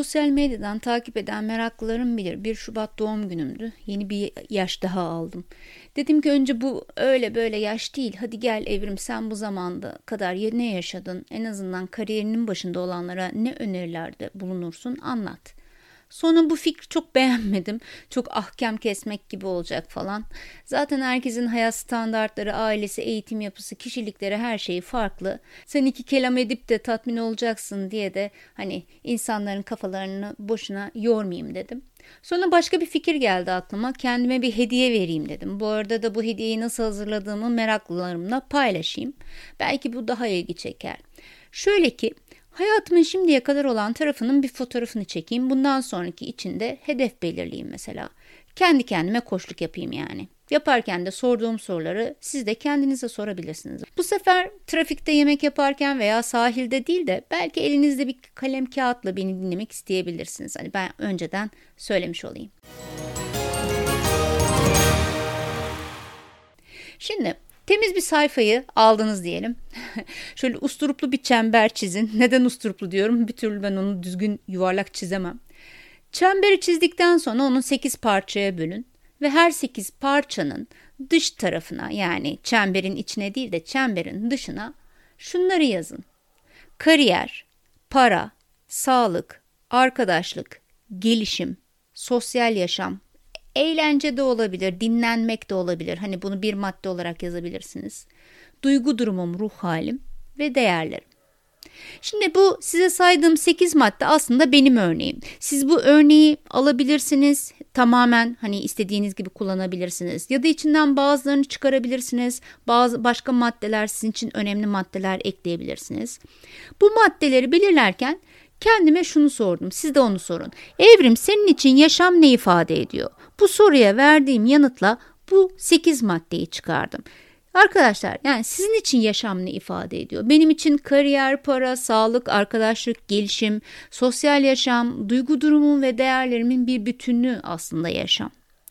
sosyal medyadan takip eden meraklılarım bilir. 1 Şubat doğum günümdü. Yeni bir yaş daha aldım. Dedim ki önce bu öyle böyle yaş değil. Hadi gel Evrim, sen bu zamanda kadar ne yaşadın? En azından kariyerinin başında olanlara ne önerilerde bulunursun, anlat. Sonra bu fikri çok beğenmedim. Çok ahkam kesmek gibi olacak falan. Zaten herkesin hayat standartları, ailesi, eğitim yapısı, kişilikleri, her şeyi farklı. Sen 2 kelam edip de tatmin olacaksın diye de hani insanların kafalarını boşuna yormayayım dedim. Sonra başka bir fikir geldi aklıma. Kendime bir hediye vereyim dedim. Bu arada da bu hediyeyi nasıl hazırladığımı meraklılarımla paylaşayım. Belki bu daha ilgi çeker. Şöyle ki, hayatımın şimdiye kadar olan tarafının bir fotoğrafını çekeyim. Bundan sonraki için de hedef belirleyeyim mesela. Kendi kendime koçluk yapayım yani. Yaparken de sorduğum soruları siz de kendinize sorabilirsiniz. Bu sefer trafikte yemek yaparken veya sahilde değil de belki elinizde bir kalem kağıtla beni dinlemek isteyebilirsiniz. Hani ben önceden söylemiş olayım. Şimdi temiz bir sayfayı aldınız diyelim. Şöyle usturuplu bir çember çizin. Neden usturuplu diyorum? Bir türlü ben onu düzgün yuvarlak çizemem. Çemberi çizdikten sonra onu 8 parçaya bölün. Ve her 8 parçanın dış tarafına, yani çemberin içine değil de çemberin dışına şunları yazın. Kariyer, para, sağlık, arkadaşlık, gelişim, sosyal yaşam, eğlence de olabilir, dinlenmek de olabilir. Hani bunu bir madde olarak yazabilirsiniz. Duygu durumum, ruh halim ve değerlerim. Şimdi bu size saydığım 8 madde aslında benim örneğim. Siz bu örneği alabilirsiniz, tamamen hani istediğiniz gibi kullanabilirsiniz. Ya da içinden bazılarını çıkarabilirsiniz. Bazı başka maddeler, sizin için önemli maddeler ekleyebilirsiniz. Bu maddeleri belirlerken kendime şunu sordum. Siz de onu sorun. Evrim, senin için yaşam ne ifade ediyor? Bu soruya verdiğim yanıtla bu 8 maddeyi çıkardım. Arkadaşlar, yani sizin için yaşam ne ifade ediyor? Benim için kariyer, para, sağlık, arkadaşlık, gelişim, sosyal yaşam, duygu durumum ve değerlerimin bir bütünlüğü aslında yaşam.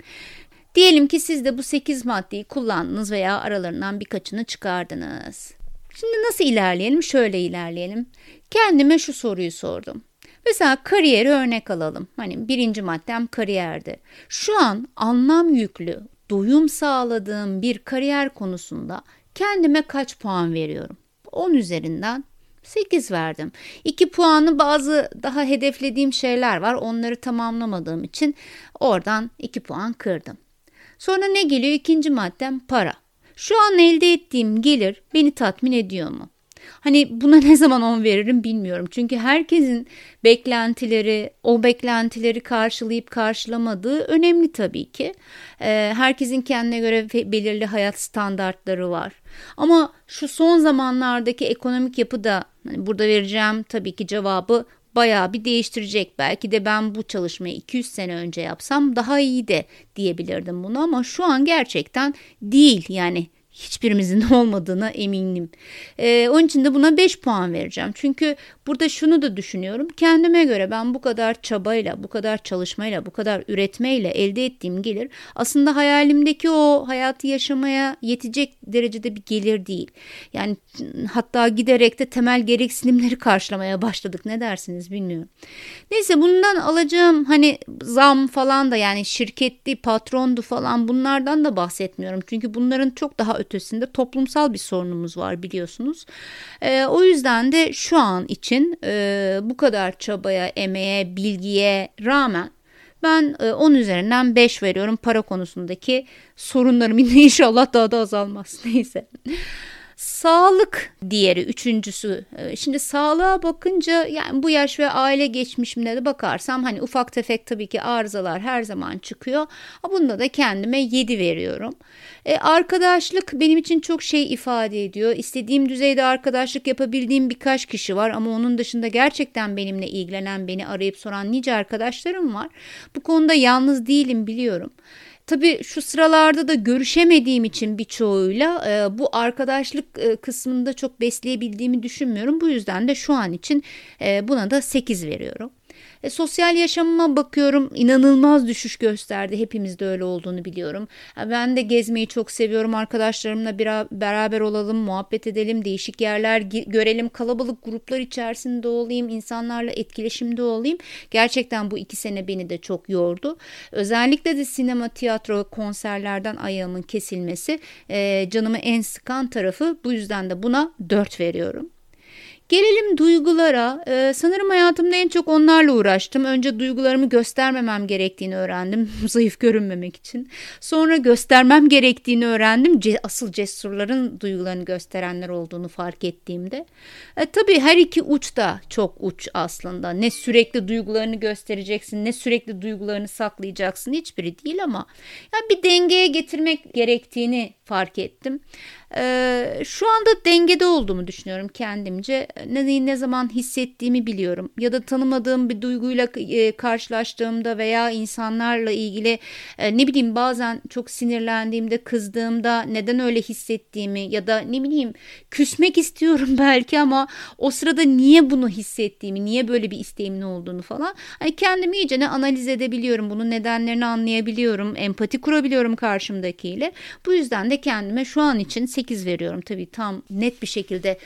Diyelim ki siz de bu 8 maddeyi kullandınız veya aralarından birkaçını çıkardınız. Şimdi nasıl ilerleyelim? Şöyle ilerleyelim. Kendime şu soruyu sordum. Mesela kariyeri örnek alalım. Hani 1. maddem kariyerdi. Şu an anlam yüklü, doyum sağladığım bir kariyer konusunda kendime kaç puan veriyorum? 10 üzerinden 8 verdim. 2 puanı bazı daha hedeflediğim şeyler var. Onları tamamlamadığım için oradan 2 puan kırdım. Sonra ne geliyor? 2. maddem para. Şu an elde ettiğim gelir beni tatmin ediyor mu? Hani buna ne zaman 10 veririm bilmiyorum. Çünkü herkesin beklentileri, o beklentileri karşılayıp karşılamadığı önemli tabii ki. Herkesin kendine göre belirli hayat standartları var. Ama şu son zamanlardaki ekonomik yapı da, hani burada vereceğim tabii ki cevabı bayağı bir değiştirecek. Belki de ben bu çalışmayı 200 sene önce yapsam daha iyi de diyebilirdim bunu, ama şu an gerçekten değil, yani hiçbirimizin olmadığına eminim. Onun için de buna 5 puan vereceğim. Çünkü burada şunu da düşünüyorum. Kendime göre ben bu kadar çabayla, bu kadar çalışmayla, bu kadar üretmeyle elde ettiğim gelir aslında hayalimdeki o hayatı yaşamaya yetecek derecede bir gelir değil. Yani hatta giderek de temel gereksinimleri karşılamaya başladık. Ne dersiniz bilmiyorum. Neyse, bundan alacağım hani zam falan da, yani şirketti, patrondu falan, bunlardan da bahsetmiyorum. Çünkü bunların çok daha ötesinde toplumsal bir sorunumuz var, biliyorsunuz. O yüzden de şu an için bu kadar çabaya, emeğe, bilgiye rağmen ben 10 üzerinden 5 veriyorum para konusundaki sorunlarım. İnşallah daha da azalmaz. Neyse. Sağlık diğeri, üçüncüsü. Şimdi sağlığa bakınca, yani bu yaş ve aile geçmişimde de bakarsam hani ufak tefek tabii ki arızalar her zaman çıkıyor. Bunda da kendime 7 veriyorum. Arkadaşlık benim için çok şey ifade ediyor. İstediğim düzeyde arkadaşlık yapabildiğim birkaç kişi var, ama onun dışında gerçekten benimle ilgilenen, beni arayıp soran nice arkadaşlarım var. Bu konuda yalnız değilim, biliyorum. Tabii şu sıralarda da görüşemediğim için birçoğuyla bu arkadaşlık kısmında çok besleyebildiğimi düşünmüyorum. Bu yüzden de şu an için buna da 8 veriyorum. Sosyal yaşamıma bakıyorum, inanılmaz düşüş gösterdi. Hepimizde öyle olduğunu biliyorum. Ben de gezmeyi çok seviyorum. Arkadaşlarımla beraber olalım, muhabbet edelim, değişik yerler görelim, kalabalık gruplar içerisinde olayım, insanlarla etkileşimde olayım. Gerçekten bu 2 sene beni de çok yordu. Özellikle de sinema, tiyatro, konserlerden ayağımın kesilmesi canımı en sıkan tarafı. Bu yüzden de buna 4 veriyorum. Gelelim duygulara. Sanırım hayatımda en çok onlarla uğraştım. Önce duygularımı göstermemem gerektiğini öğrendim. Zayıf görünmemek için. Sonra göstermem gerektiğini öğrendim. Asıl cesurların duygularını gösterenler olduğunu fark ettiğimde. Tabii her iki uç da çok uç aslında. Ne sürekli duygularını göstereceksin, ne sürekli duygularını saklayacaksın. Hiçbiri değil ama bir dengeye getirmek gerektiğini fark ettim. Şu anda dengede olduğumu düşünüyorum kendimce. Ne zaman hissettiğimi biliyorum. Ya da tanımadığım bir duyguyla karşılaştığımda veya insanlarla ilgili bazen çok sinirlendiğimde, kızdığımda neden öyle hissettiğimi ya da küsmek istiyorum belki ama o sırada niye bunu hissettiğimi, niye böyle bir isteğimin olduğunu falan. Kendimi iyice analiz edebiliyorum. Bunun nedenlerini anlayabiliyorum. Empati kurabiliyorum karşımdakiyle. Bu yüzden de kendime şu an için 8 veriyorum. Tabii tam net bir şekilde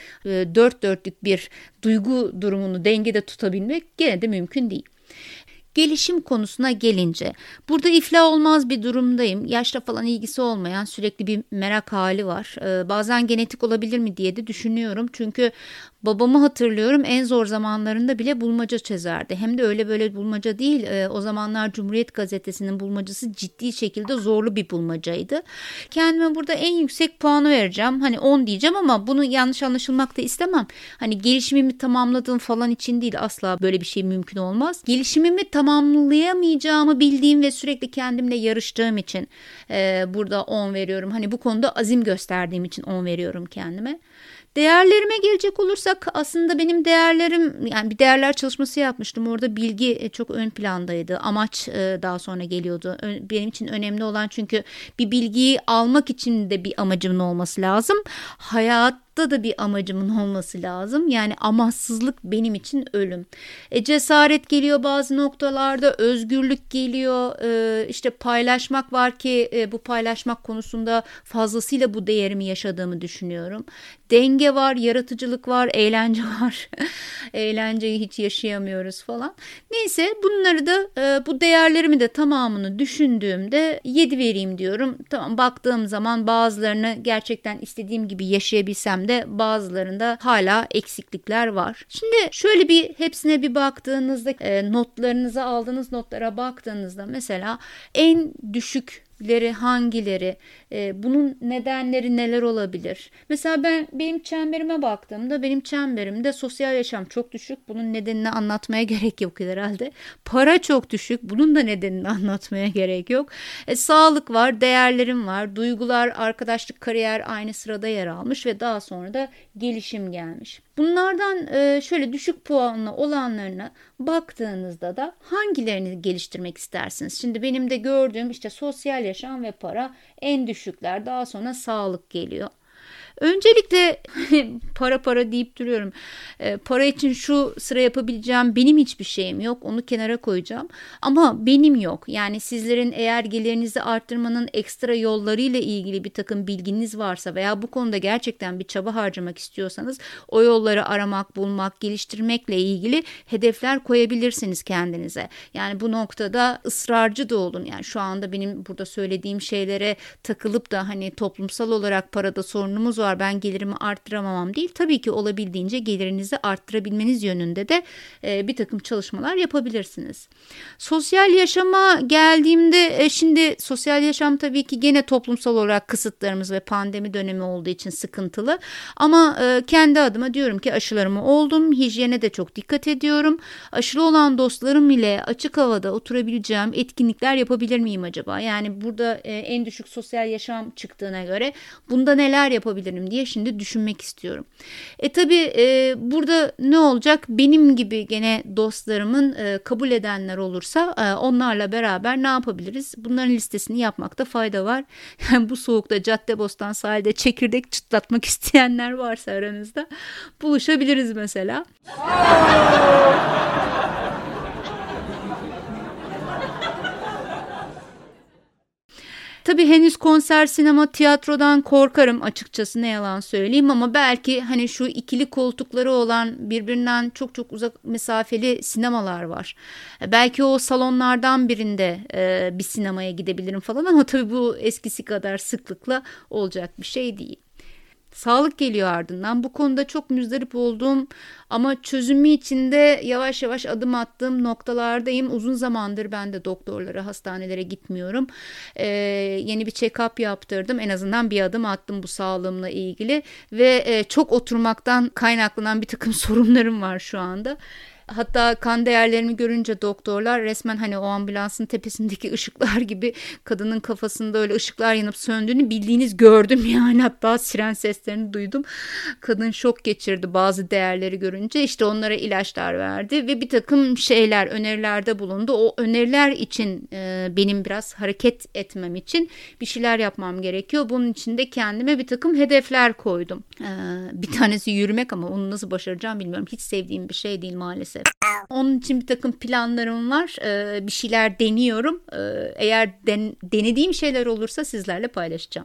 4 dörtlük bir duygu durumunu dengede tutabilmek gene de mümkün değil. Gelişim konusuna gelince burada iflah olmaz bir durumdayım. Yaşla falan ilgisi olmayan sürekli bir merak hali var. Bazen genetik olabilir mi diye de düşünüyorum. Çünkü babamı hatırlıyorum, en zor zamanlarında bile bulmaca çözerdi. Hem de öyle böyle bulmaca değil. O zamanlar Cumhuriyet Gazetesi'nin bulmacası ciddi şekilde zorlu bir bulmacaydı. Kendime burada en yüksek puanı vereceğim. 10 diyeceğim ama bunu yanlış anlaşılmak da istemem. Gelişimimi tamamladığım falan için değil, asla böyle bir şey mümkün olmaz. Gelişimimi tamamlayamayacağımı bildiğim ve sürekli kendimle yarıştığım için burada 10 veriyorum. Bu konuda azim gösterdiğim için 10 veriyorum kendime. Değerlerime gelecek olursak aslında benim değerlerim, bir değerler çalışması yapmıştım. Orada bilgi çok ön plandaydı. Amaç daha sonra geliyordu. Benim için önemli olan, çünkü bir bilgiyi almak için de bir amacımın olması lazım. Hayatta da bir amacımın olması lazım. Yani amaçsızlık benim için ölüm. Cesaret geliyor bazı noktalarda, özgürlük geliyor. İşte paylaşmak var ki bu paylaşmak konusunda fazlasıyla bu değerimi yaşadığımı düşünüyorum. Denge var, yaratıcılık var, eğlence var. Eğlenceyi hiç yaşayamıyoruz falan. Neyse, bunları da bu değerlerimi de tamamını düşündüğümde 7 vereyim diyorum. Tamam, baktığım zaman bazılarını gerçekten istediğim gibi yaşayabilsem de bazılarında hala eksiklikler var. Şimdi şöyle bir hepsine bir baktığınızda, notlarınıza aldığınız notlara baktığınızda mesela en düşükleri hangileri, bunun nedenleri neler olabilir? Mesela benim çemberime baktığımda, benim çemberimde sosyal yaşam çok düşük. Bunun nedenini anlatmaya gerek yok herhalde. Para çok düşük. Bunun da nedenini anlatmaya gerek yok. Sağlık var, değerlerim var, duygular, arkadaşlık, kariyer aynı sırada yer almış ve daha sonra da gelişim gelmiş. Bunlardan şöyle düşük puanlı olanlarına baktığınızda da hangilerini geliştirmek istersiniz? Şimdi benim de gördüğüm işte sosyal yaşam ve para en düşükler. Daha sonra sağlık geliyor. Öncelikle para deyip duruyorum. Para için şu sıra yapabileceğim benim hiçbir şeyim yok. Onu kenara koyacağım. Ama benim yok. Yani sizlerin eğer gelirinizi arttırmanın ekstra yollarıyla ilgili bir takım bilginiz varsa veya bu konuda gerçekten bir çaba harcamak istiyorsanız o yolları aramak, bulmak, geliştirmekle ilgili hedefler koyabilirsiniz kendinize. Yani bu noktada ısrarcı da olun. Yani şu anda benim burada söylediğim şeylere takılıp da toplumsal olarak parada sorunumuz var, ben gelirimi arttıramamam değil. Tabii ki olabildiğince gelirinizi arttırabilmeniz yönünde de bir takım çalışmalar yapabilirsiniz. Sosyal yaşama geldiğimde şimdi sosyal yaşam tabii ki gene toplumsal olarak kısıtlarımız ve pandemi dönemi olduğu için sıkıntılı. Ama kendi adıma diyorum ki aşılarımı oldum. Hijyene de çok dikkat ediyorum. Aşılı olan dostlarım ile açık havada oturabileceğim etkinlikler yapabilir miyim acaba? Yani burada en düşük sosyal yaşam çıktığına göre bunda neler yapabilirim diye şimdi düşünmek istiyorum. Tabii burada ne olacak? Benim gibi gene dostlarımın kabul edenler olursa onlarla beraber ne yapabiliriz? Bunların listesini yapmakta fayda var. Yani bu soğukta Caddebostan sahilde çekirdek çıtlatmak isteyenler varsa aranızda buluşabiliriz mesela. Tabii henüz konser, sinema, tiyatrodan korkarım açıkçası, ne yalan söyleyeyim, ama belki hani şu ikili koltukları olan birbirinden çok çok uzak mesafeli sinemalar var. Belki o salonlardan birinde bir sinemaya gidebilirim falan, ama tabii bu eskisi kadar sıklıkla olacak bir şey değil. Sağlık geliyor ardından. Bu konuda çok müzdarip olduğum ama çözümü için de yavaş yavaş adım attığım noktalardayım. Uzun zamandır ben de doktorlara, hastanelere gitmiyorum. Yeni bir check-up yaptırdım. En azından bir adım attım bu sağlığımla ilgili ve çok oturmaktan kaynaklanan bir takım sorunlarım var şu anda. Hatta kan değerlerimi görünce doktorlar resmen hani o ambulansın tepesindeki ışıklar gibi kadının kafasında öyle ışıklar yanıp söndüğünü bildiğiniz gördüm yani. Hatta siren seslerini duydum. Kadın şok geçirdi bazı değerleri görünce. İşte onlara ilaçlar verdi ve bir takım şeyler, önerilerde bulundu. O öneriler için benim biraz hareket etmem için bir şeyler yapmam gerekiyor. Bunun için de kendime bir takım hedefler koydum. Bir tanesi yürümek, ama onu nasıl başaracağım bilmiyorum. Hiç sevdiğim bir şey değil maalesef. Onun için bir takım planlarım var. Bir şeyler deniyorum. Eğer denediğim şeyler olursa sizlerle paylaşacağım.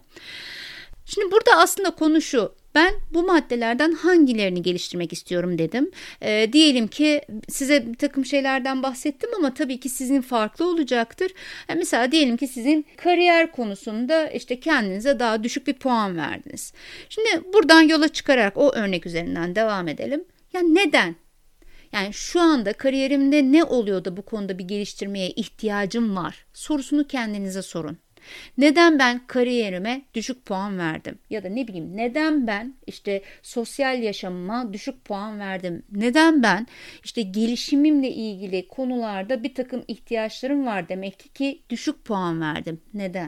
Şimdi burada aslında konu şu. Ben bu maddelerden hangilerini geliştirmek istiyorum dedim. Diyelim ki size bir takım şeylerden bahsettim ama tabii ki sizin farklı olacaktır. Mesela diyelim ki sizin kariyer konusunda işte kendinize daha düşük bir puan verdiniz. Şimdi buradan yola çıkarak o örnek üzerinden devam edelim. Yani neden? Yani şu anda kariyerimde ne oluyor da bu konuda bir geliştirmeye ihtiyacım var sorusunu kendinize sorun. Neden ben kariyerime düşük puan verdim? Ya da ne bileyim, neden ben işte sosyal yaşamıma düşük puan verdim? Neden ben işte gelişimimle ilgili konularda bir takım ihtiyaçlarım var demek ki düşük puan verdim? Neden?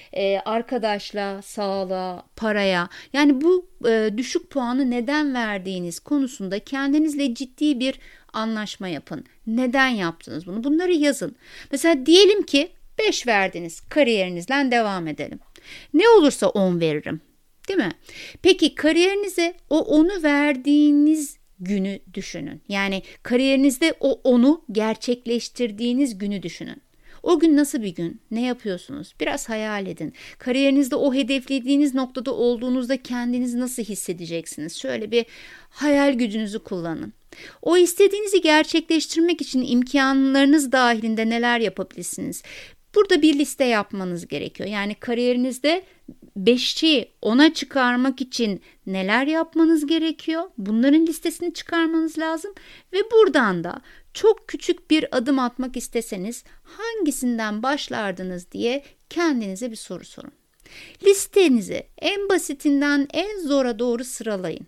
Arkadaşla, sağlığa, paraya, yani bu düşük puanı neden verdiğiniz konusunda kendinizle ciddi bir anlaşma yapın. Neden yaptınız bunu? Bunları yazın. Mesela diyelim ki 5 verdiniz. Kariyerinizden devam edelim. Ne olursa 10 veririm. Değil mi? Peki kariyerinize o 10'u verdiğiniz günü düşünün. Yani kariyerinizde o 10'u gerçekleştirdiğiniz günü düşünün. O gün nasıl bir gün? Ne yapıyorsunuz? Biraz hayal edin. Kariyerinizde o hedeflediğiniz noktada olduğunuzda kendinizi nasıl hissedeceksiniz? Şöyle bir hayal gücünüzü kullanın. O istediğinizi gerçekleştirmek için imkanlarınız dahilinde neler yapabilirsiniz? Burada bir liste yapmanız gerekiyor. Yani kariyerinizde 5'i 10'a çıkarmak için neler yapmanız gerekiyor? Bunların listesini çıkarmanız lazım ve buradan da çok küçük bir adım atmak isteseniz hangisinden başlardınız diye kendinize bir soru sorun. Listenizi en basitinden en zora doğru sıralayın.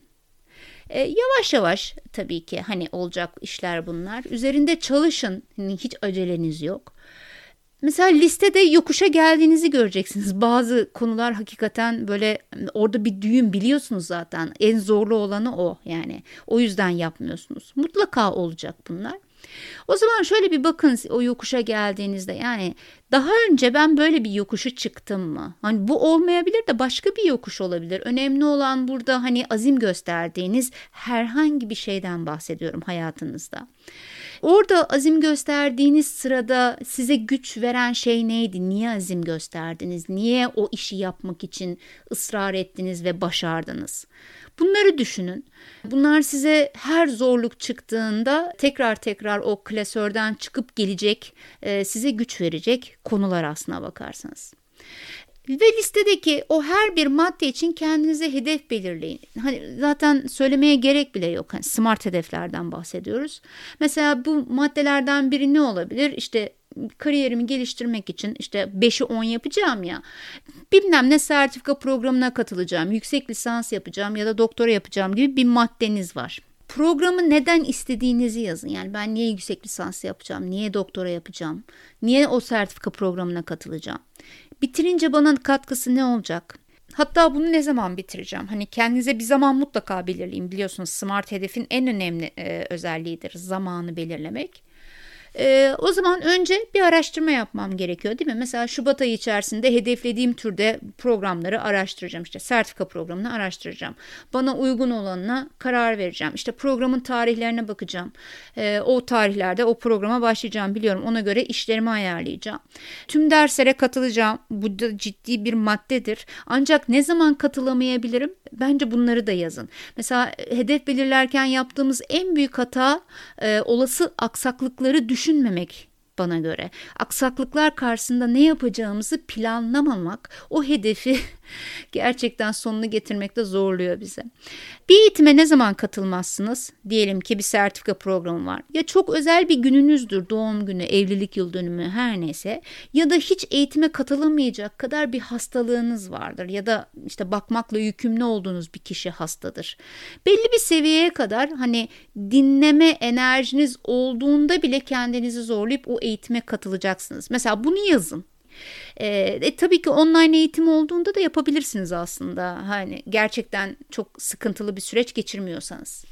Yavaş yavaş tabii ki hani olacak işler bunlar. Üzerinde çalışın. Hiç aceleniz yok. Mesela listede yokuşa geldiğinizi göreceksiniz. Bazı konular hakikaten böyle orada bir düğüm, biliyorsunuz zaten. En zorlu olanı o yani. O yüzden yapmıyorsunuz. Mutlaka olacak bunlar. O zaman şöyle bir bakın o yokuşa geldiğinizde, yani daha önce ben böyle bir yokuşu çıktım mı? Hani bu olmayabilir de başka bir yokuş olabilir. Önemli olan burada hani azim gösterdiğiniz herhangi bir şeyden bahsediyorum hayatınızda. Orada azim gösterdiğiniz sırada size güç veren şey neydi? Niye azim gösterdiniz? Niye o işi yapmak için ısrar ettiniz ve başardınız? Bunları düşünün. Bunlar size her zorluk çıktığında tekrar tekrar o klasörden çıkıp gelecek, size güç verecek konular aslına bakarsanız. Ve listedeki o her bir madde için kendinize hedef belirleyin. Hani zaten söylemeye gerek bile yok. Hani smart hedeflerden bahsediyoruz. Mesela bu maddelerden biri ne olabilir? İşte kariyerimi geliştirmek için işte 5'i 10 yapacağım ya. Bilmem ne sertifika programına katılacağım, yüksek lisans yapacağım ya da doktora yapacağım gibi bir maddeniz var. Programı neden istediğinizi yazın. Yani ben niye yüksek lisans yapacağım, niye doktora yapacağım, niye o sertifika programına katılacağım. Bitirince bana katkısı ne olacak? Hatta bunu ne zaman bitireceğim? Hani kendinize bir zaman mutlaka belirleyin. Biliyorsunuz smart hedefin en önemli özelliğidir zamanı belirlemek. O zaman önce bir araştırma yapmam gerekiyor değil mi? Mesela Şubat ayı içerisinde hedeflediğim türde programları araştıracağım. İşte sertifika programını araştıracağım. Bana uygun olanına karar vereceğim. İşte programın tarihlerine bakacağım. O tarihlerde o programa başlayacağım biliyorum. Ona göre işlerimi ayarlayacağım. Tüm derslere katılacağım. Bu da ciddi bir maddedir. Ancak ne zaman katılamayabilirim? Bence bunları da yazın. Mesela hedef belirlerken yaptığımız en büyük hata olası aksaklıkları düşünmemek bana göre. Aksaklıklar karşısında ne yapacağımızı planlamamak o hedefi gerçekten sonunu getirmekte zorluyor bize. Bir eğitime ne zaman katılmazsınız? Diyelim ki bir sertifika programı var. Ya çok özel bir gününüzdür, doğum günü, evlilik yıl dönümü her neyse, ya da hiç eğitime katılamayacak kadar bir hastalığınız vardır ya da işte bakmakla yükümlü olduğunuz bir kişi hastadır. Belli bir seviyeye kadar hani dinleme enerjiniz olduğunda bile kendinizi zorlayıp o eğitime katılacaksınız. Mesela bunu yazın. Tabii ki online eğitim olduğunda da yapabilirsiniz aslında. Hani gerçekten çok sıkıntılı bir süreç geçirmiyorsanız.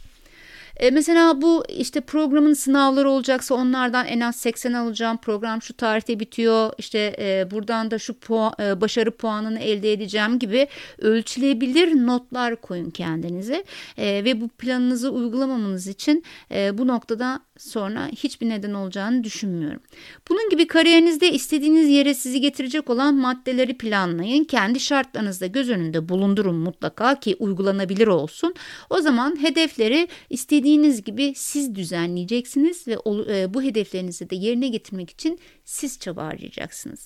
Mesela bu işte programın sınavları olacaksa onlardan en az 80 alacağım. Program şu tarihte bitiyor. İşte buradan da şu başarı puanını elde edeceğim gibi ölçülebilir notlar koyun kendinize. Ve bu planınızı uygulamamanız için bu noktada sonra hiçbir neden olacağını düşünmüyorum. Bunun gibi kariyerinizde istediğiniz yere sizi getirecek olan maddeleri planlayın. Kendi şartlarınızda göz önünde bulundurun mutlaka ki uygulanabilir olsun. O zaman hedefleri istediğiniz gibi siz düzenleyeceksiniz ve bu hedeflerinizi de yerine getirmek için siz çaba harcayacaksınız.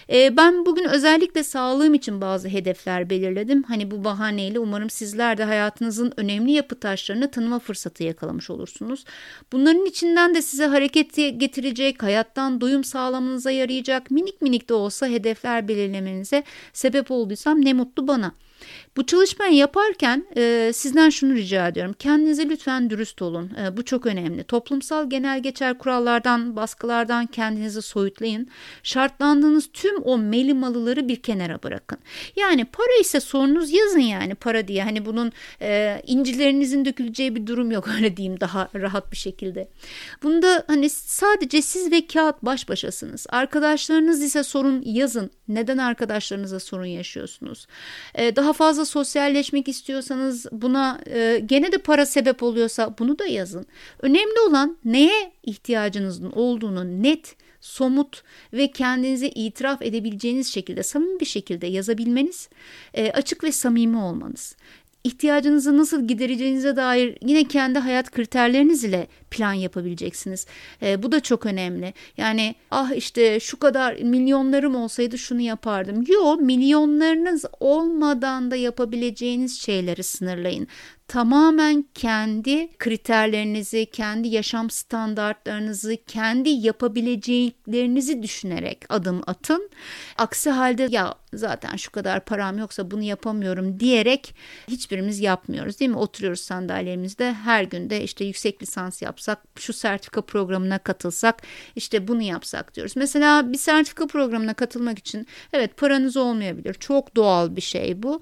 Ben bugün özellikle sağlığım için bazı hedefler belirledim. Hani bu bahaneyle umarım sizler de hayatınızın önemli yapı taşlarını tanıma fırsatı yakalamış olursunuz. Bunların içinden de size hareket getirecek, hayattan doyum sağlamanıza yarayacak minik minik de olsa hedefler belirlemenize sebep olduysam ne mutlu bana. Bu çalışmayı yaparken sizden şunu rica ediyorum. Kendinize lütfen dürüst olun. Bu çok önemli. Toplumsal genel geçer kurallardan, baskılardan kendinizi soyutlayın. Şartlandığınız tüm o melimalıları bir kenara bırakın. Yani para ise sorunuz yazın yani para diye. Hani bunun incilerinizin döküleceği bir durum yok öyle diyeyim daha rahat bir şekilde. Bunda hani sadece siz ve kağıt baş başasınız. Arkadaşlarınız ise sorun yazın. Neden arkadaşlarınıza sorun yaşıyorsunuz? Daha fazla sosyalleşmek istiyorsanız buna gene de para sebep oluyorsa bunu da yazın. Önemli olan neye ihtiyacınızın olduğunu net, somut ve kendinize itiraf edebileceğiniz şekilde, samimi bir şekilde yazabilmeniz, açık ve samimi olmanız. İhtiyacınızı nasıl gidereceğinize dair yine kendi hayat kriterleriniz ile plan yapabileceksiniz. Bu da çok önemli. Yani işte şu kadar milyonlarım olsaydı şunu yapardım. Yok, milyonlarınız olmadan da yapabileceğiniz şeyleri sınırlayın. Tamamen kendi kriterlerinizi, kendi yaşam standartlarınızı, kendi yapabileceklerinizi düşünerek adım atın. Aksi halde ya zaten şu kadar param yoksa bunu yapamıyorum diyerek hiçbirimiz yapmıyoruz değil mi? Oturuyoruz sandalyemizde her gün de işte yüksek lisans yapsak, şu sertifika programına katılsak, işte bunu yapsak diyoruz. Mesela bir sertifika programına katılmak için evet paranız olmayabilir. Çok doğal bir şey bu.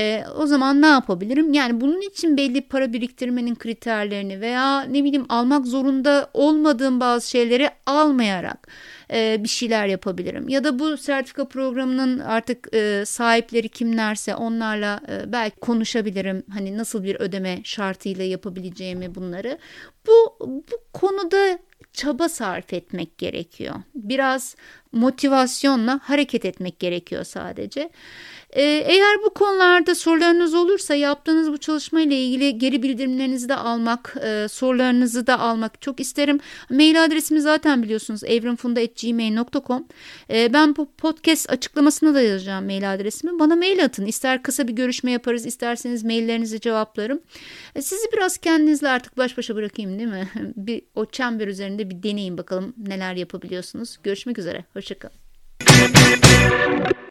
O zaman ne yapabilirim? Yani bunun için belli para biriktirmenin kriterlerini veya ne bileyim almak zorunda olmadığım bazı şeyleri almayarak bir şeyler yapabilirim. Ya da bu sertifika programının artık sahipleri kimlerse onlarla belki konuşabilirim. Hani nasıl bir ödeme şartıyla yapabileceğimi bunları. Bu konuda çaba sarf etmek gerekiyor. Biraz motivasyonla hareket etmek gerekiyor sadece. Eğer bu konularda sorularınız olursa yaptığınız bu çalışma ile ilgili geri bildirimlerinizi de almak, sorularınızı da almak çok isterim. Mail adresimi zaten biliyorsunuz evrimfunda@gmail.com. Ben bu podcast açıklamasına da yazacağım mail adresimi. Bana mail atın. İster kısa bir görüşme yaparız, isterseniz maillerinizi cevaplarım. Sizi biraz kendinizle artık baş başa bırakayım değil mi? O çember üzerinde bir deneyin bakalım neler yapabiliyorsunuz. Görüşmek üzere. Hoşça kalın.